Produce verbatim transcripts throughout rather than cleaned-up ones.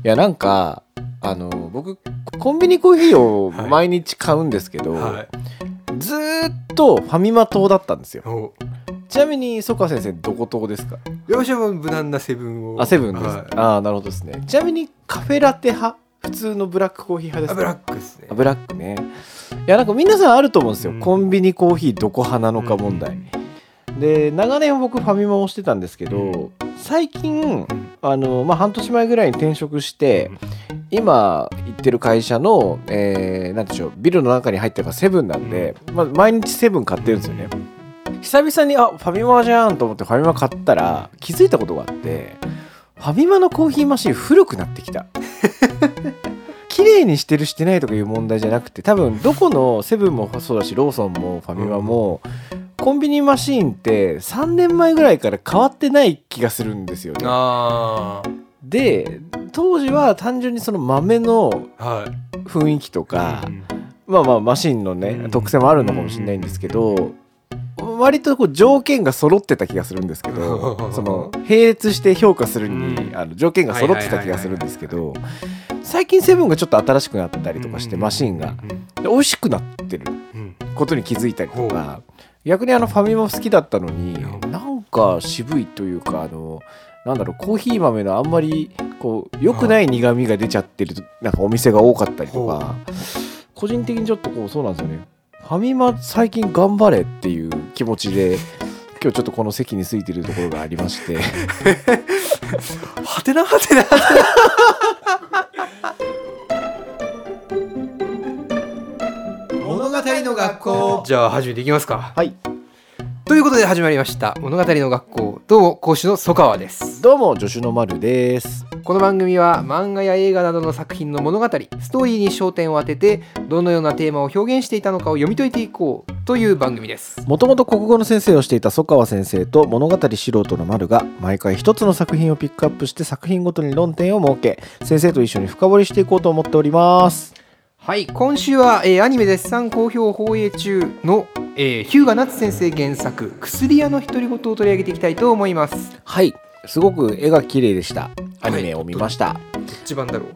やなんかあの僕コンビニコーヒーを毎日買うんですけど、はいはい、ずーっとファミマ党だったんですよ。ちなみに曽川先生どこ党ですか？ 私は無難なセブンを。 あ、セブンです、はい、あ、なるほどですね。ちなみにカフェラテ派、普通のブラックコーヒー派ですか？ ブラックですね。 ブラックね。いやなんか皆さんあると思うんですよ、うん、コンビニコーヒーどこ派なのか問題、うん、で長年僕ファミマをしてたんですけど、うん、最近あの、まあ、半年前ぐらいに転職して、うん、今行ってる会社の、えー、なんでしょう、ビルの中に入ってるのがセブンなんで、うん、まあ、毎日セブン買ってるんですよね。久々にあファミマじゃんと思ってファミマ買ったら気づいたことがあって、ファミマのコーヒーマシン古くなってきた。綺麗にしてるしてないとかいう問題じゃなくて、多分どこのセブンもそうだしローソンもファミマも、うん、コンビニマシーンってさんねんまえぐらいから変わってない気がするんですよね。あで当時は単純にその豆の雰囲気とか、はい、まあまあマシンのね、うん、特性もあるのかもしれないんですけど、割とこう条件が揃ってた気がするんですけどその並列して評価するに、うん、あの条件が揃ってた気がするんですけど、最近セブンがちょっと新しくなったりとかして、マシンがで美味しくなってることに気づいたりとか、逆にあのファミマ好きだったのになんか渋いというか、あのなんだろう、コーヒー豆のあんまりこう良くない苦味が出ちゃってるなんかお店が多かったりとか、個人的にちょっとこうそうなんですよね。ファミマ最近頑張れっていう気持ちで今日ちょっとこの席についてるところがありましてはてなはてな物語の学校。じゃあ始めていきますか。 はい。 ということで始まりました物語の学校。どうも講師の曽川です。 どうも助手の丸です。 この番組は漫画や映画などの作品の物語、ストーリーに焦点を当ててどのようなテーマを表現していたのかを読み解いていこうという番組です。 もともと国語の先生をしていた曽川先生と物語素人の丸が毎回一つの作品をピックアップして作品ごとに論点を設け、先生と一緒に深掘りしていこうと思っております。 はい、今週は、えー、アニメ絶賛好評放映中の、えー、日向夏先生原作薬屋の独り言を取り上げていきたいと思います。 はい、すごく絵が綺麗でした。アニメを見ました。はい、 一番だろう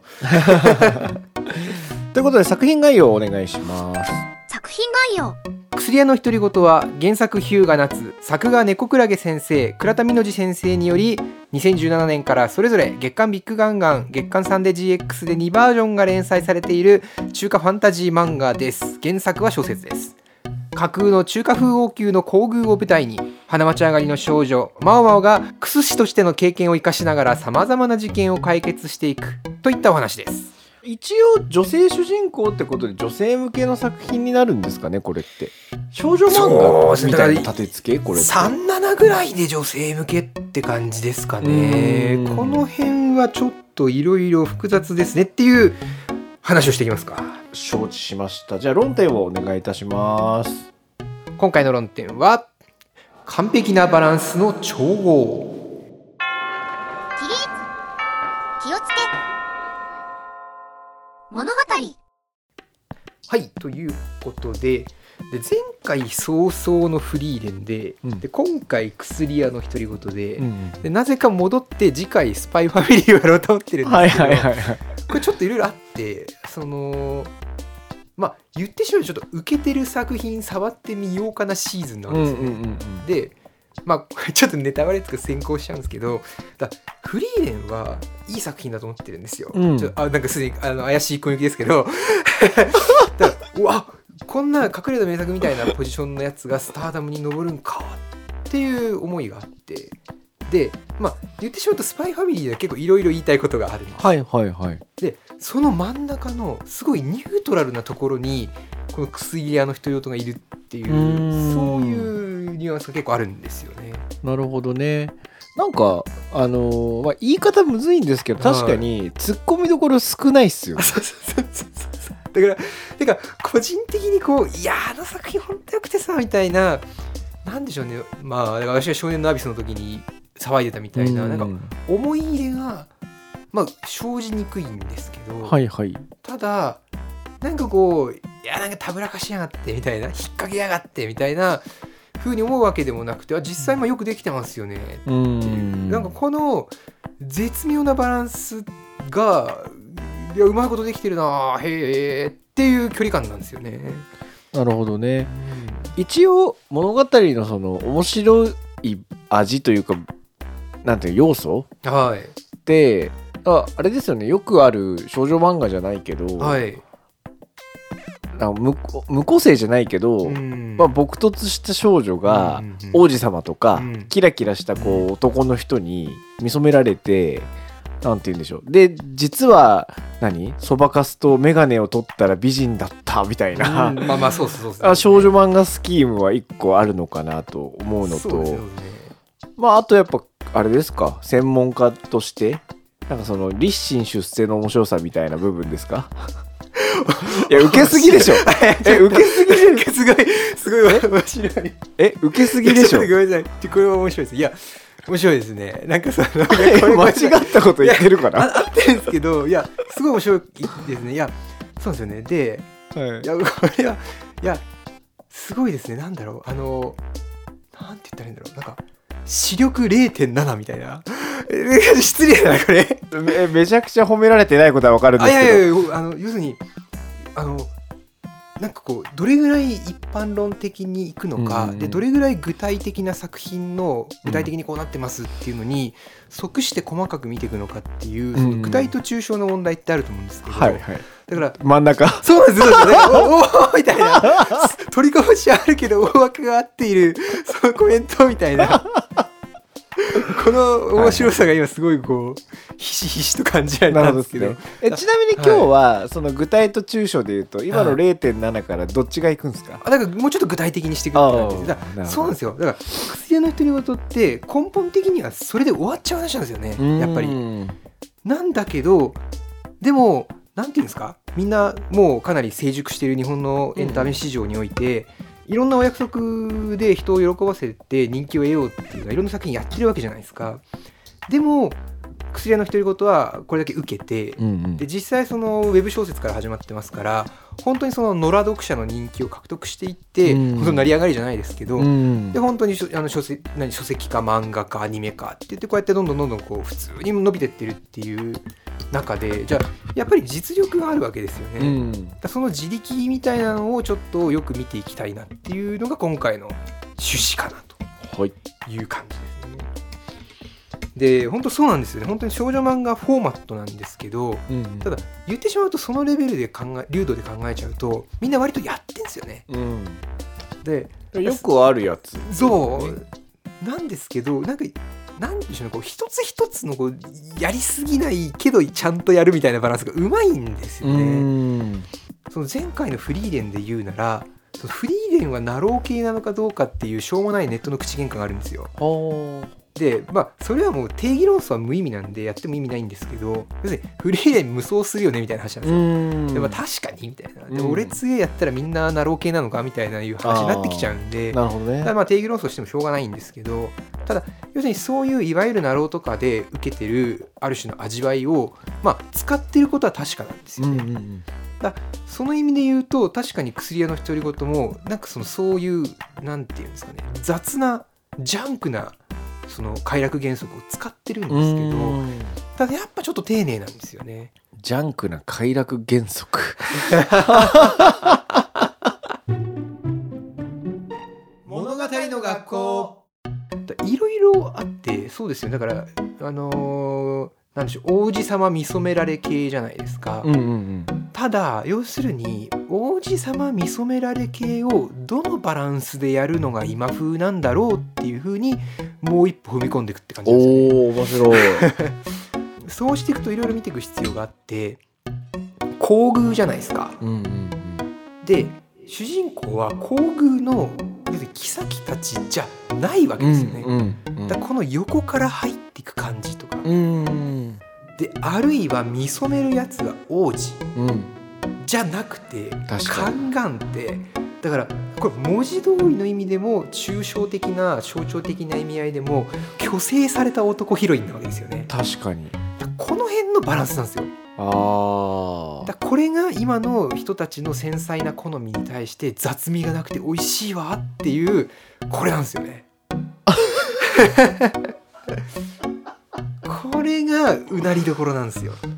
ということで作品概要をお願いします。 作品概要。 薬屋の独り言は原作日向夏、作画猫倉家先生、倉田美乃次先生によりにせんじゅうななねんからそれぞれ月刊ビッグガンガン、月刊サンデー ジーエックス でにバージョンが連載されている中華ファンタジー漫画です。原作は小説です。架空の中華風王宮の皇宮を舞台に花街上がりの少女マオマオがクス師としての経験を生かしながらさまざまな事件を解決していくといったお話です。 一応女性主人公ってことで女性向けの作品になるんですかね、これって。少女漫画みたいな立て付け、これさんじゅうななぐらいで女性向けって感じですかね。この辺はちょっといろいろ複雑ですねっていう話をしていきますか。 承知しました。じゃあ論点をお願いいたします。 今回の論点は完璧なバランスの調合。 起立、気をつけ、物語。 はい、ということで、で前回早々のフリーレン で,、うん、で今回薬屋の独り言 で,、うん、でなぜか戻って次回スパイファミリーをやろうと思ってるんですけど、はいはいはいはい、これちょっといろいろあって、そのまあ言ってしまうとちょっと受けてる作品触ってみようかなシーズンなんですよね、うんうんうんうん、でまあちょっとネタバレつく先行しちゃうんですけど、だフリーレンはいい作品だと思ってるんですよ、うん、ちょあなんかすでにあの怪しい小雪ですけどだからうわこんな隠れた名作みたいなポジションのやつがスターダムに上るんかっていう思いがあって、でまあ言ってしまうとスパイファミリーでは結構いろいろ言いたいことがあるんです。 はいはいはい。 でその真ん中のすごいニュートラルなところにこの薬屋の独り言がいるっていう、うそういうニュアンスが結構あるんですよね。 なるほどね。なんかあのーまあ、言い方むずいんですけど確かにツッコミどころ少ないっすよ。 そうそうそうそうそう。だからてか個人的にこういやあの作品ほんとよくてさみたいな、なんでしょうね、まあだから私が少年のアビスの時に騒いでたみたいな、なんか思い入れがまあ生じにくいんですけど、 はいはい、ただなんかこういやなんかたぶらかしやがってみたいな、引っ掛けやがってみたいな風に思うわけでもなくて、実際まあよくできてますよねっていう、なんかこの絶妙なバランスっがいやうまいことできてるなへえっていう距離感なんですよね。 なるほどね。一応物語のその面白い味というかなんていう要素はいってああれですよね。よくある少女漫画じゃないけど、 はい、 あ 無, 無個性じゃないけど、 うんまあ、朴突した少女がうんうんうん王子様とか、 うん、 キラキラしたこう男の人に見初められてなんて言うんでしょう。で実は何そばかすと眼鏡を取ったら美人だったみたいな、 うん、まあまあそうそうそうそう、 あ少女漫画スキームは一個あるのかなと思うのとそうですよね。 まああとやっぱあれですか専門家としてなんかその立身出世の面白さみたいな部分ですかいや受けすぎでしょえ受けすぎすごいすごい面白いえ受けすぎでしょごめんなさいこれは面白いです。いや面白いですね。なんかさ間違ったこと言ってるかなあ合ってるんですけどいやすごい面白いですね。いやそうですよね。で、はい、いやこれはいやすごいですね。なんだろうあのなんて言ったらいいんだろうなんか視力 れいてんなな みたいな失礼だなこれめ, めちゃくちゃ褒められてないことは分かるんですけどあいやいやあの要するにあのなんかこうどれぐらい一般論的にいくのか、うんうん、でどれぐらい具体的な作品の具体的にこうなってますっていうのに、うん、即して細かく見ていくのかっていう、その具体と抽象の問題ってあると思うんですけど、 はいはい、 だから真ん中そうですそうですねおおみたいな取りこぼしあるけど大枠が合っているそのコメントみたいなこの面白さが今すごいこうひしひしと感じられたんですけど、 ね、えちなみに今日はその具体と抽象でいうと今の れいてんなな からどっちがいくんですか？ あだからもうちょっと具体的にしていくって感じです。だからそうなんですよ。だから薬屋の独り言って根本的にはそれで終わっちゃう話なんですよねやっぱり。なんだけどでもなんていうんですかみんなもうかなり成熟している日本のエンタメ市場において、うん、いろんなお約束で人を喜ばせて人気を得ようっていうのはいろんな作品やってるわけじゃないですか。でも薬屋の独り言はこれだけ受けて、うんうん、で実際そのウェブ小説から始まってますから本当にその野良読者の人気を獲得していって、うん、本当に成り上がりじゃないですけど、うん、で本当にあの 書, 籍何書籍か漫画かアニメかって言ってこうやってどんどんどんどんこう普通に伸びてってるっていう中でじゃあやっぱり実力があるわけですよね、うん、だその自力みたいなのをちょっとよく見ていきたいなっていうのが今回の趣旨かなという感じですね。で本当そうなんですよね。本当に少女漫画フォーマットなんですけど、うんうん、ただ言ってしまうとそのレベルで考え流度で考えちゃうとみんな割とやってんですよね、うん、でよくあるやつそうなんですけどなんかなんでしょうねこう一つ一つのこうやりすぎないけどちゃんとやるみたいなバランスがうまいんですよね。うんその前回のフリーレンで言うならそのフリーレンはナロー系なのかどうかっていうしょうもないネットの口喧嘩があるんですよ。でまあそれはもう定義論争は無意味なんでやっても意味ないんですけど要するにフリーレン無双するよねみたいな話なんですよ。で、まあ、確かにみたいなで俺つえやったらみんなナロー系なのかみたいないう話になってきちゃうんでなるほど、ね、 だからまあ定義論争してもしょうがないんですけどただ要するにそういういわゆるナローとかで受けてるある種の味わいを、まあ、使ってることは確かなんですよね、うんうんうん、だその意味で言うと確かに薬屋の独り言もなんかそのそういうなんていうんですかね雑なジャンクなその快楽原則を使ってるんですけどただやっぱちょっと丁寧なんですよね。 ジャンクな快楽原則物語の学校いろいろあってそうですよ。だからあのーなんでしょう王子様見初められ系じゃないですか、うんうんうん、ただ要するに王子様見初められ系をどのバランスでやるのが今風なんだろうっていう風にもう一歩踏み込んでいくって感じですよね。 おー面白いそうしていくといろいろ見ていく必要があって皇宮じゃないですか、うんうんうん、で主人公は皇宮の妃たちじゃないわけですよね、うんうんうん、だからこの横から入っていく感じとか、うん、であるいは見初めるやつが王子、うん、じゃなくて宦官ってだからこれ文字通りの意味でも抽象的な象徴的な意味合いでも虚勢された男ヒロインなわけですよね。 確かにこの辺のバランスなんですよ。あだこれが今の人たちの繊細な好みに対して雑味がなくて美味しいわっていうこれなんですよねこれがうなりどころなんですよ。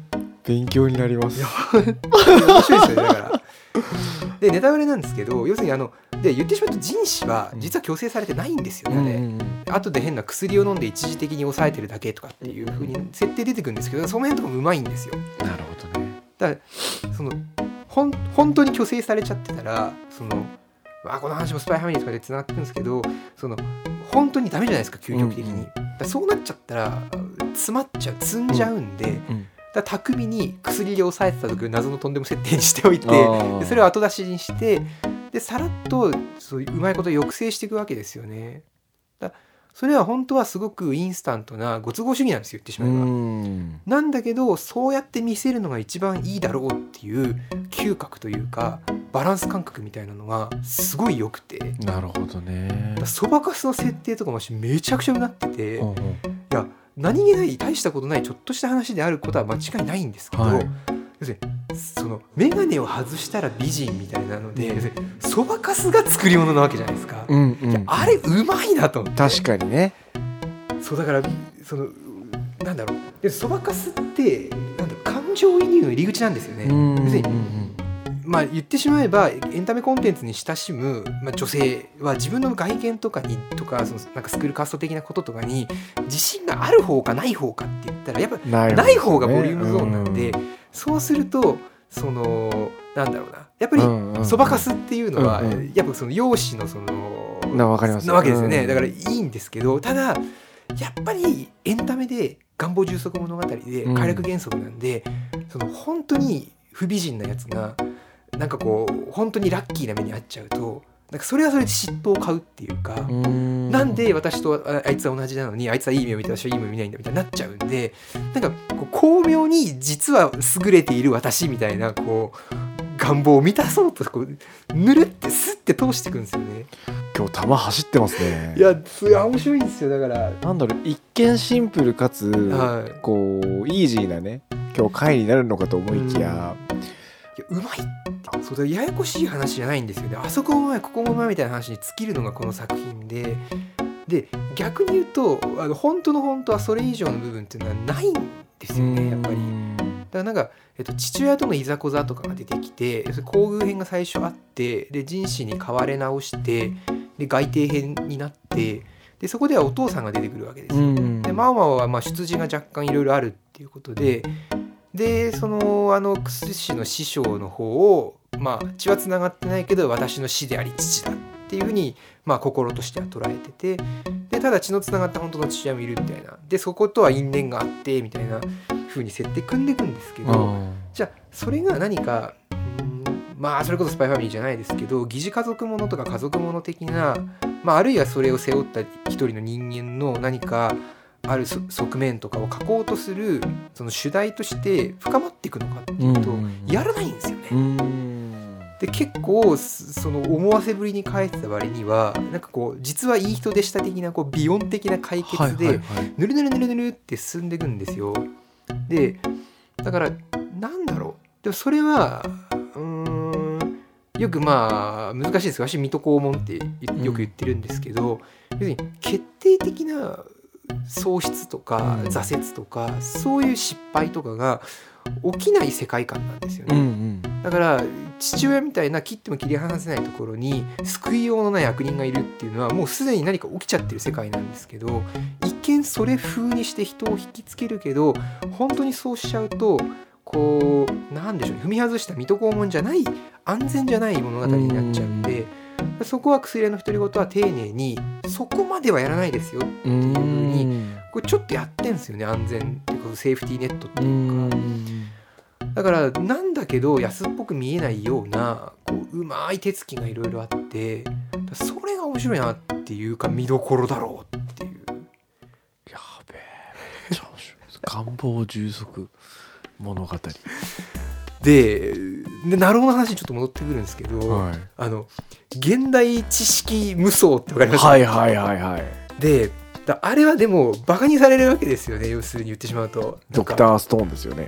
勉強になります。 いや面白いですよね。だからでネタバレなんですけど、要するにあので言ってしまうと人種は実は強制されてないんですよね、うん、あとで変な薬を飲んで一時的に抑えてるだけとかっていう風に設定出てくるんですけど、その辺とかもうまいんですよ。 なるほどね。 だからそのほん本当に虚勢されちゃってたら、そのあこの話もスパイファミリーとかでつながってくるんですけど、その本当にダメじゃないですか究極的に、うんうん、だそうなっちゃったら詰まっちゃう積んじゃうんで、うんうんだ巧みに薬で抑えてた時謎のとんでも設定にしておいて、でそれを後出しにしてでさらっとそういううまいこと抑制していくわけですよね。だそれは本当はすごくインスタントなご都合主義なんですよ、言ってしまえば。うんなんだけどそうやって見せるのが一番いいだろうっていう嗅覚というかバランス感覚みたいなのがすごい良くて。 なるほどね。 そばかすの設定とかもめちゃくちゃうなってて、うんうん、いや何気ない大したことないちょっとした話であることは間違いないんですけど、はい、要するにその眼鏡を外したら美人みたいなのでそばかすが作り物なわけじゃないですか、うんうん、いやあれうまいなと思って。 確かにね。 そうだからそのなんだろうそばかすってなんだろう感情移入の入り口なんですよね。 うんうんうん、 要するにまあ、言ってしまえばエンタメコンテンツに親しむ、まあ、女性は自分の外見とかにとかそのなんかスクールカースト的なこととかに自信がある方かない方かって言ったらやっぱない方がボリュームゾーンなんで、うん、そうするとそのなんだろうなやっぱりそばかすっていうのは、うんうん、やっぱその容姿のそのなわかりますなわけですよね、うん、だからいいんですけど、ただやっぱりエンタメで願望充足物語で快楽原則なんで、うん、その本当に不美人なやつがなんかこう本当にラッキーな目に遭っちゃうとなんかそれはそれで嫉妬を買うっていうか、うーんなんで私とあいつは同じなのにあいつはいい目を見て私はいい目を見ないんだみたいになっちゃうんで、なんかこう巧妙に実は優れている私みたいなこう願望を満たそうとこうぬるってスッて通していくんですよね。 今日球走ってますね。 いやそれ面白いんですよ。だからなんだろう一見シンプルかつ、はい、こうイージーなね今日回になるのかと思いきや、 いやうまいそうだややこしい話じゃないんですよね。あそこもうまいここもうまいみたいな話に尽きるのがこの作品で、で逆に言うとあの本当の本当はそれ以上の部分っていうのはないんですよねやっぱり。だからなんか、えっと、父親とのいざこざとかが出てきて皇宮編が最初あってで人種に変われ直してで外廷編になってでそこではお父さんが出てくるわけですよ。でマオマオはまあ出自が若干いろいろあるっていうことででそのあのクス氏の師匠の方をまあ血はつながってないけど私の師であり父だっていうふうにまあ心としては捉えてて、でただ血のつながった本当の父親もいるみたいなでそことは因縁があってみたいなふうに設定組んでいくんですけど、じゃあそれが何かうんまあそれこそスパイファミリーじゃないですけど疑似家族ものとか家族もの的な、まあ、あるいはそれを背負った一人の人間の何かある側面とかを書こうとするその主題として深まっていくのかっていうとやらないんですよね。うんで結構その思わせぶりに書いてた割にはなんかこう実はいい人でした的なこう美音的な解決でぬるぬるぬるぬるって進んでいくんですよ。でだからなんだろうでもそれはうーんよくまあ難しいですが私水戸黄門ってよく言ってるんですけど、要するに決定的な喪失とか挫折とか、うん、そういう失敗とかが起きない世界観なんですよね、うんうん、だから父親みたいな切っても切り離せないところに救いようのない悪人がいるっていうのはもうすでに何か起きちゃってる世界なんですけど、一見それ風にして人を引きつけるけど本当にそうしちゃうとこうなんでしょうね踏み外した水戸黄門じゃない安全じゃない物語になっちゃうんで、うん、そこは薬屋の独り言は丁寧にそこまではやらないですよっていう風にこれちょっとやってんですよね。安全っていうかセーフティーネットっていうか、うだからなんだけど安っぽく見えないようなこううまい手つきがいろいろあってそれが面白いなっていうか見どころだろうっていう。 やべえめっちゃ面白い願望充足物語ででナローの話にちょっと戻ってくるんですけど、はい、あの現代知識無双ってわかりますか？ はいはいはいはい。 でだあれはでもバカにされるわけですよね。要するに言ってしまうとドクターストーンですよね。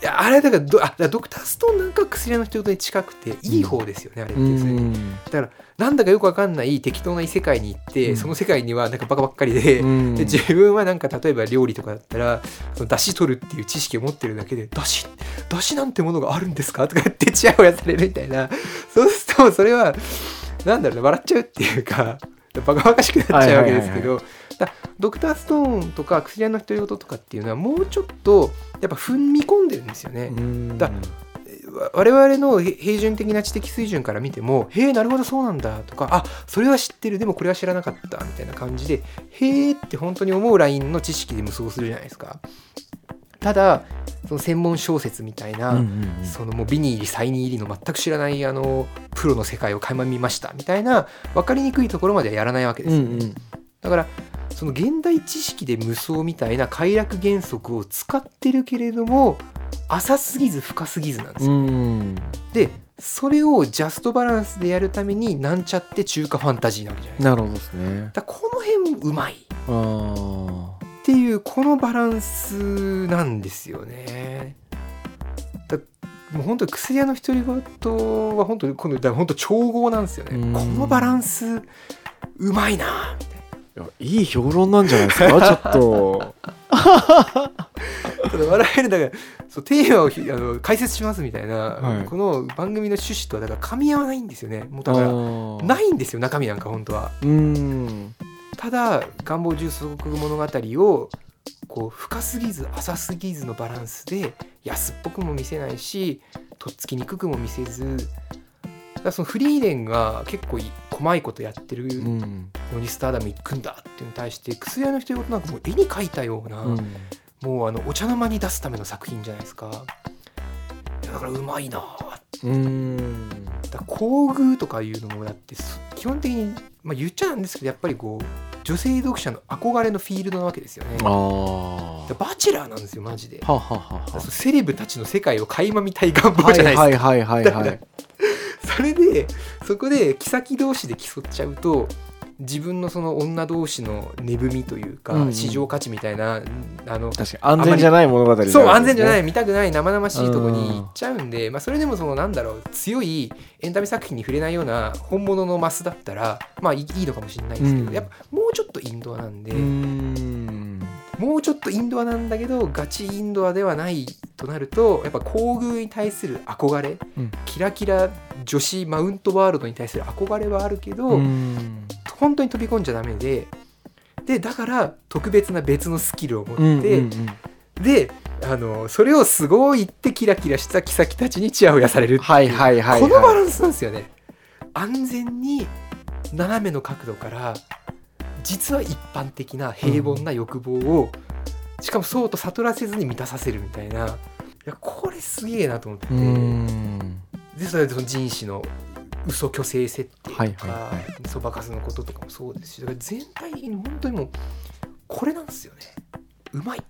いやあれだから ド, あだからドクターストーンなんか薬屋の人ごとに近くていい方ですよね、うん、あれって、うん、だからなんだかよくわかんない適当な異世界に行って、うん、その世界にはなんかバカばっかり で,、うん、で自分はなんか例えば料理とかだったらその出汁取るっていう知識を持ってるだけで出汁出汁なんてものがあるんですかとか言ってチヤホヤされるみたいな、そうするとそれはなんだろうね、笑っちゃうっていうかバカバカしくなっちゃうわけですけど、はいはいはいはい、だドクターストーンとか薬屋の独り言とかっていうのはもうちょっとやっぱ踏み込んでるんですよね。だ我々の平準的な知的水準から見ても、へえなるほどそうなんだとか、あそれは知ってるでもこれは知らなかったみたいな感じで、へえって本当に思うラインの知識で無双するじゃないですか。ただその専門小説みたいな、うんうんうん、そのもう美に入り才に入りの全く知らないあのプロの世界を垣間見ましたみたいな分かりにくいところまではやらないわけですよね、うんうん、だからその現代知識で無双みたいな快楽原則を使ってるけれども浅すぎず深すぎずなんですよ、うん、でそれをジャストバランスでやるためになんちゃって中華ファンタジーなわけじゃないですか。なるほどですね。だこの辺うまいあっていうこのバランスなんですよね。だもう本当に薬屋の独り言は本当にこのだ本当調合なんですよね。このバランスうまいなみたいな。 いやいい評論なんじゃないですかちょっとただ笑えるだからそうテーマをあの解説しますみたいな、はい、この番組の趣旨とはだから噛み合わないんですよね。もうだからないんですよ中身なんか本当は。うーんただ願望重足物語をこう深すぎず浅すぎずのバランスで安っぽくも見せないしとっつきにくくも見せず、だからそのフリーレンが結構細いことやってるのにスターダム行くんだっていうのに対して薬屋の独り言なんかもう絵に描いたような、うん、もうあのお茶の間に出すための作品じゃないですか。だからうまいなうーんだから厚遇とかいうのもだって基本的に、まあ、言っちゃなんですけどやっぱりこう女性読者の憧れのフィールドなわけですよね。あバチェラーなんですよマジで。ははははセレブたちの世界を垣間見たい願望じゃないですか。はいはいはいはい、はい、それでそこで妃同士で競っちゃうと自分のその女同士の値踏みというか、うんうん、市場価値みたいなあの確かに安全じゃない物語になるんですね。 そう安全じゃない見たくない生々しいところに行っちゃうんで、まあ、それでもそのなんだろう強いエンタメ作品に触れないような本物のマスだったらまあいいのかもしれないですけど、うん、やっぱもうちょっとインドアなんで、うーんもうちょっとインドアなんだけどガチインドアではないとなるとやっぱ厚遇に対する憧れ、うん、キラキラ女子マウントワールドに対する憧れはあるけど、うん本当に飛び込んじゃダメで、でだから特別な別のスキルを持って、うんうんうん、であのそれをすごい言ってキラキラした妃たちにチヤホヤされるっていう、はいはいはいはい、このバランスなんですよね。安全に斜めの角度から実は一般的な平凡な欲望を、うん、しかもそうと悟らせずに満たさせるみたいな、いやこれすげえなと思ってて、うんでそれでその人種の嘘虚勢設定とか、はいはいはい、そばかすのこととかもそうですし、だから全体的に本当にもうこれなんですよね。うまい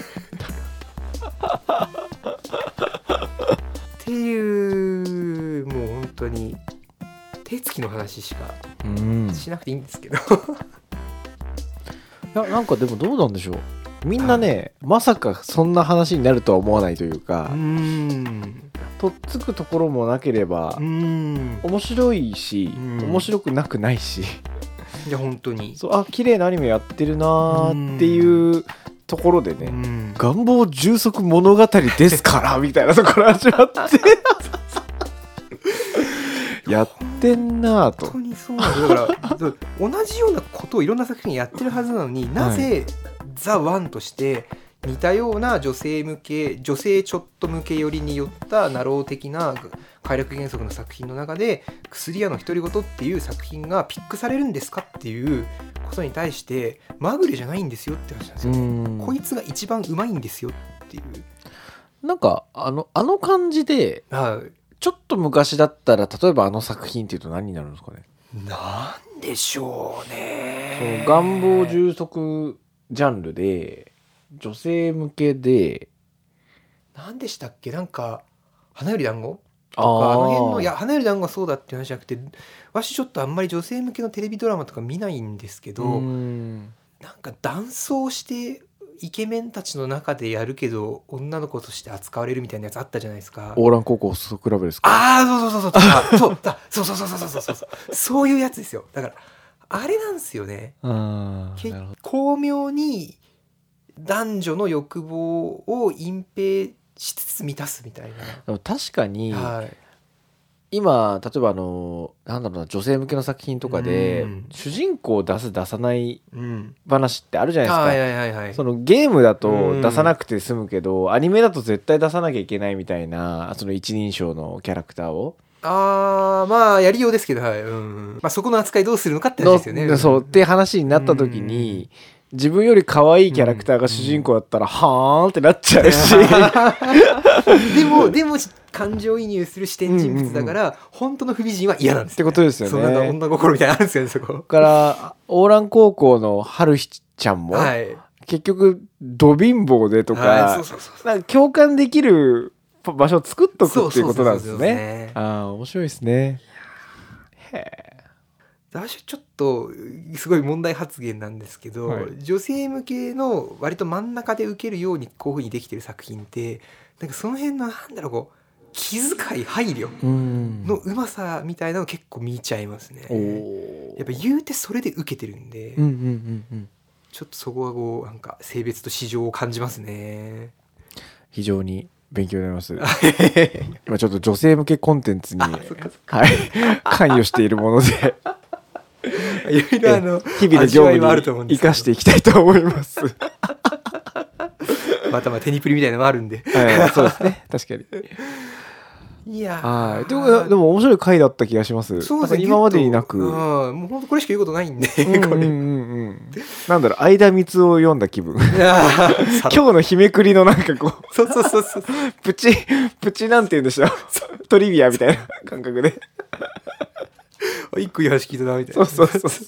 っていうもう本当に手つきの話しかしなくていいんですけどいやなんかでもどうなんでしょうみんなねまさかそんな話になるとは思わないというか、うーんとっつくところもなければ面白いし面白くなくないしいや本当にそうあ綺麗なアニメやってるなっていうところでね願望充足物語ですからみたいなところ始まってやってんなと。 本当にそうなんだから同じようなことをいろんな作品やってるはずなのになぜザ・ワンとして似たような女性向け女性ちょっと向け寄りによったナロー的な快楽原則の作品の中で薬屋の独り言っていう作品がピックされるんですかっていうことに対してまぐれじゃないんですよって話なんですよ。うんこいつが一番うまいんですよっていう、 なんかあのあの感じで、はい、ちょっと昔だったら例えばあの作品っていうと何になるんですかね。 なんでしょうね。 そう願望充足ジャンルで女性向けで何でしたっけ、なんか花より団子とか あ, あの辺のいや花より団子はそうだっていう話じゃなくて、わしちょっとあんまり女性向けのテレビドラマとか見ないんですけど、んなんか男装してイケメンたちの中でやるけど女の子として扱われるみたいなやつあったじゃないですか。 オーラン高校ホストクラブですか。 ああそうそうそうそうそうだそうそうそうそうそうそうそうそういうやつですよ。だからあれなんですよね。 あけ巧妙に男女の欲望を隠蔽しつつ満たすみたいな。 でも確かに、 はい、 今例えばあのなんだろうな、女性向けの作品とかで、うん、主人公を出す出さない話ってあるじゃないですか、うんはいはいはいはい、そのゲームだと出さなくて済むけど、うん、アニメだと絶対出さなきゃいけないみたいな、その一人称のキャラクターをあーまあやりようですけど、はいうんまあ、そこの扱いどうするのかって話ですよね。 そうって話になった時に、うん、自分より可愛いキャラクターが主人公だったら、うん、はーんってなっちゃうしでもでも感情移入する視点人物だから、うんうんうん、本当の不美人は嫌なんですよ、ね、ってことですよね。 そうなんか女心みたいなのあるんですよね。そこからオーラン高校の春日ちゃんも、はい、結局ド貧乏でとか、はい、そうそうそうそうなんか共感できる場所を作っとくっていうことなんですね。ああ面白いですね。へえ。 私ちょっとすごい問題発言なんですけど、はい、女性向けの割と真ん中で受けるようにこういう風にできてる作品ってなんかその辺のなんだろうこう気遣い配慮のうまさみたいなの結構見ちゃいますね。やっぱ言うてそれで受けてるんで、うんうんうんうん、ちょっとそこはこうなんか性別と市場を感じますね。 非常に勉強になります。今ちょっと女性向けコンテンツに、はい、関与しているものでいろいろあの日々の業務に生かしていきたいと思います。 またまあテニプリみたいなのもあるんで、 はい、そうですね確かに。いやはいでもでも面白い回だった気がします。そうですね、今までになく、 もう本当これしか言うことないんで、うんうんうんうん、なんだろう相田光を読んだ気分。今日の日めくりのなんかこうそうそうそうそうプチプチなんて言うんでしょうトリビアみたいな感覚で一個言わし聞いたなみたいな。 そうそうそう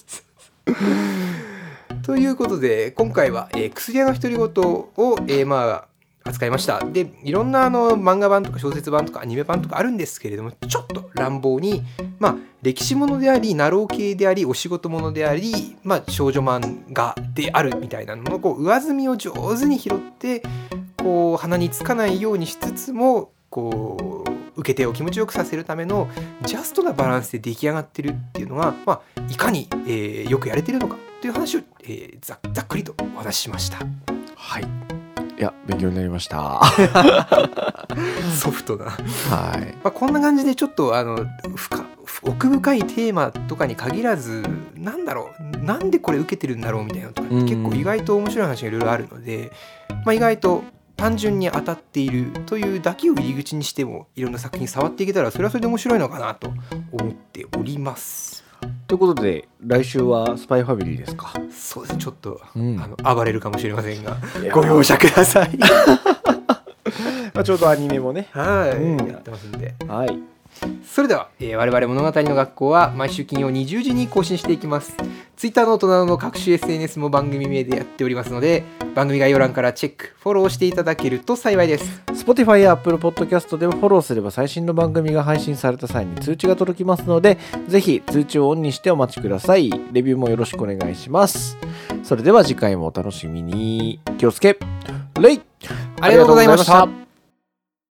ということで今回は、えー、薬屋の独り言を、えー、まあ扱いました。でいろんなあの漫画版とか小説版とかアニメ版とかあるんですけれども、ちょっと乱暴に、まあ、歴史ものでありナロー系でありお仕事ものであり、まあ、少女漫画であるみたいなののこう上積みを上手に拾ってこう鼻につかないようにしつつもこう受け手を気持ちよくさせるためのジャストなバランスで出来上がってるっていうのが、まあ、いかに、えー、よくやれてるのかという話を、えー、ざ, ざっくりとお話ししました。 はい、いや勉強になりました。 ソフトな、 はいまあ、こんな感じでちょっとあの深奥深いテーマとかに限らずなんだろうなんでこれ受けてるんだろうみたいなのとかって結構意外と面白い話がいろいろあるので、まあ、意外と単純に当たっているというだけを入り口にしてもいろんな作品触っていけたらそれはそれで面白いのかなと思っております。 ということで来週はスパイファミリーですか。 そうですねちょっと、うん、あの暴れるかもしれませんがご容赦ください。 まあちょうどアニメもねはい、うん、やってますんで、 はい、 それでは、えー、我々物語の学校は毎週金曜にじゅうじに更新していきます。ツイッターノートなどの各種 エスエヌエス も番組名でやっておりますので番組概要欄からチェックフォローしていただけると幸いです。 Spotify や Apple Podcast でもフォローすれば最新の番組が配信された際に通知が届きますのでぜひ通知をオンにしてお待ちください。レビューもよろしくお願いします。それでは次回もお楽しみに。気をつけレイ。 ありがとうございました。